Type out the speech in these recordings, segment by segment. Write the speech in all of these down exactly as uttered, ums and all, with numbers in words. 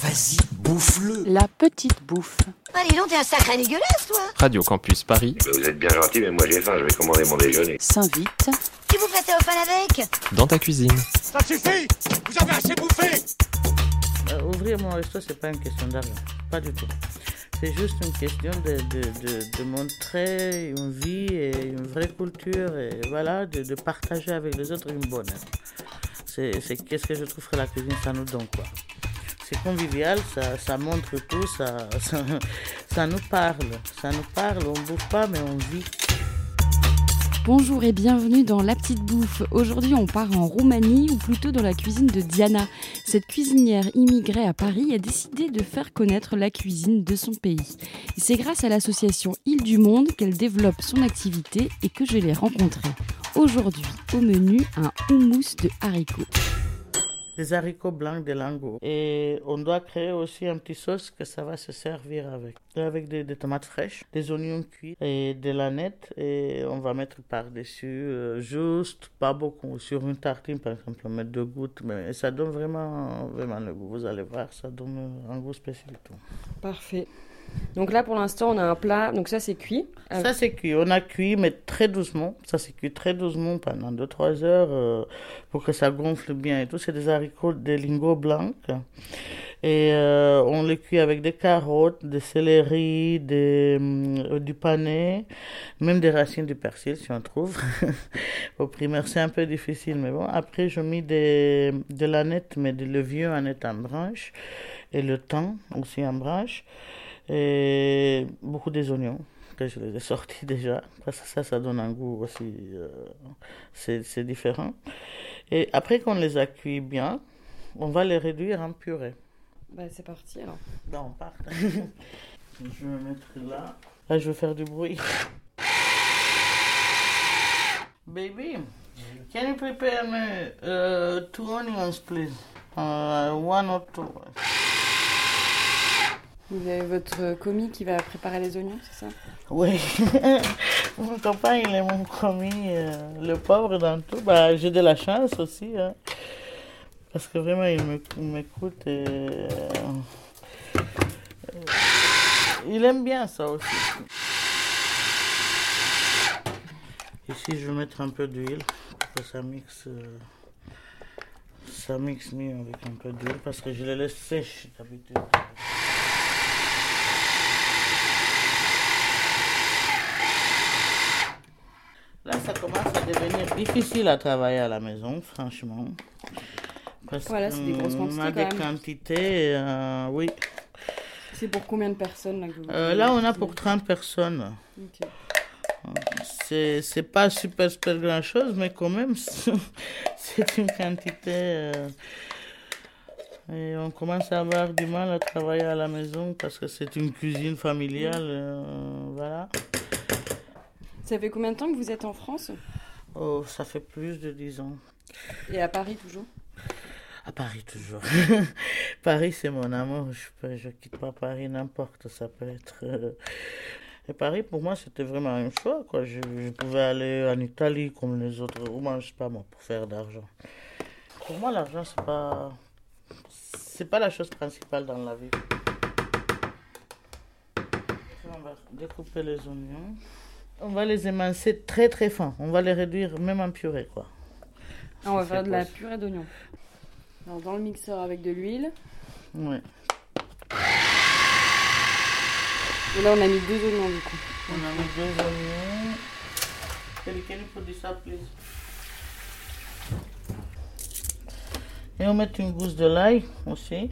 Vas-y, bouffe-le. La petite bouffe. Allez, non, t'es un sacré dégueulasse, toi. Radio Campus Paris. Ben, vous êtes bien gentil, mais moi j'ai faim, je vais commander mon déjeuner. S'invite. Tu vous faites au fan avec. Dans ta cuisine. Ça suffit. Vous avez assez bouffé. Euh, ouvrir mon resto, c'est pas une question d'argent. Pas du tout. C'est juste une question de, de, de, de montrer une vie et une vraie culture et voilà, de, de partager avec les autres une bonne. C'est, c'est qu'est-ce que je trouve que la cuisine, ça nous donne quoi. C'est convivial, ça, ça montre tout, ça, ça, ça nous parle. Ça nous parle, on ne bouffe pas, mais on vit. Bonjour et bienvenue dans La Petite Bouffe. Aujourd'hui, on part en Roumanie ou plutôt dans la cuisine de Diana. Cette cuisinière immigrée à Paris a décidé de faire connaître la cuisine de son pays. Et c'est grâce à l'association Île du Monde qu'elle développe son activité et que je l'ai rencontrée. Aujourd'hui, au menu, un houmous de haricots. Des haricots blancs, des lingots. Et on doit créer aussi un petit sauce que ça va se servir avec. Avec des, des tomates fraîches, des oignons cuits et de l'aneth. Et on va mettre par-dessus, euh, juste, pas beaucoup. Sur une tartine, par exemple, on met deux gouttes. Mais ça donne vraiment, vraiment le goût. Vous allez voir, ça donne un goût spécial. Parfait. Donc là, pour l'instant, on a un plat. Donc ça, c'est cuit. Euh... Ça, c'est cuit. On a cuit, mais très doucement. Ça, c'est cuit très doucement pendant deux à trois heures euh, pour que ça gonfle bien et tout. C'est des haricots, des lingots blancs. Et euh, on les cuit avec des carottes, des céleri, des, euh, du panais, même des racines du persil, si on trouve. Au primaire, c'est un peu difficile, mais bon. Après, je mets des, de l'aneth, mais de le vieux aneth en branche. Et le thym aussi en branche. Et beaucoup des oignons que je les ai sortis déjà parce que ça ça donne un goût aussi euh, c'est, c'est différent et après qu'on les a cuits bien on va les réduire en purée. Bah c'est parti alors. Ben, on part. Je vais me mettre là là je vais faire du bruit. Baby, can you prepare me uh, two onions please, uh, one or two. Vous avez votre commis qui va préparer les oignons, c'est ça? Oui. Mon copain, il est mon commis, euh, le pauvre dans tout. Bah, j'ai de la chance aussi. Hein, parce que vraiment, il, me, il m'écoute. Et, euh, euh, il aime bien ça aussi. Ici, je vais mettre un peu d'huile pour que ça mixe, euh, ça mixe mieux avec un peu d'huile parce que je les laisse sèches d'habitude. Là, ça commence à devenir difficile à travailler à la maison, franchement. Parce voilà, c'est des grosses quantités. On a des quantités, euh, oui. C'est pour combien de personnes là, que vous euh, Là, on a pour trente personnes. Okay. C'est, c'est pas super, super grand chose, mais quand même, c'est une quantité. Euh, et on commence à avoir du mal à travailler à la maison parce que c'est une cuisine familiale. Euh, voilà. Ça fait combien de temps que vous êtes en France? Oh, ça fait plus de dix ans. Et à Paris toujours? À Paris toujours. Paris, c'est mon amour. Je ne quitte pas Paris, n'importe. Ça peut être... Euh... Et Paris, pour moi, c'était vraiment un choix, quoi. Je, je pouvais aller en Italie comme les autres. Ou moi, je sais pas, moi, pour faire d'argent. Pour moi, l'argent, c'est pas... C'est pas la chose principale dans la vie. On va découper les oignons. On va les émincer très très fin. On va les réduire même en purée, quoi. Ah, on va faire de la purée d'oignons. Alors, dans le mixeur avec de l'huile. Ouais. Et là, on a mis deux oignons, du coup. On a mis deux oignons. Kelly, can you put this up, please? Et on met une gousse de l'ail aussi.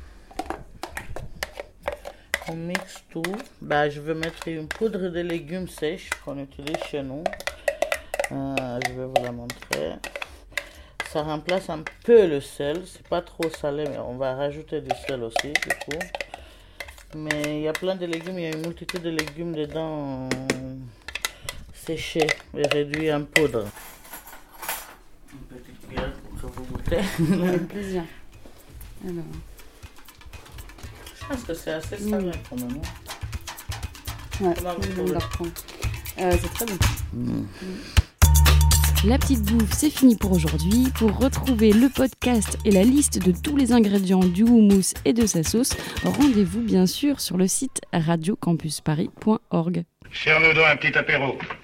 On mixe tout. Bah, je vais mettre une poudre de légumes sèches qu'on utilise chez nous. Euh, je vais vous la montrer. Ça remplace un peu le sel. C'est pas trop salé, mais on va rajouter du sel aussi, du coup. Mais il y a plein de légumes. Il y a une multitude de légumes dedans euh, séchés et réduits en poudre. Une petite cuillère pour que vous goûtez. Avec plaisir. Alors... Je pense que c'est assez salé mmh. quand même. Ouais, je vais le reprendre. Euh, c'est très bon. Mmh. Mmh. La petite bouffe, c'est fini pour aujourd'hui. Pour retrouver le podcast et la liste de tous les ingrédients du houmous et de sa sauce, rendez-vous bien sûr sur le site radio campus paris point org. Serre-nous donc un petit apéro.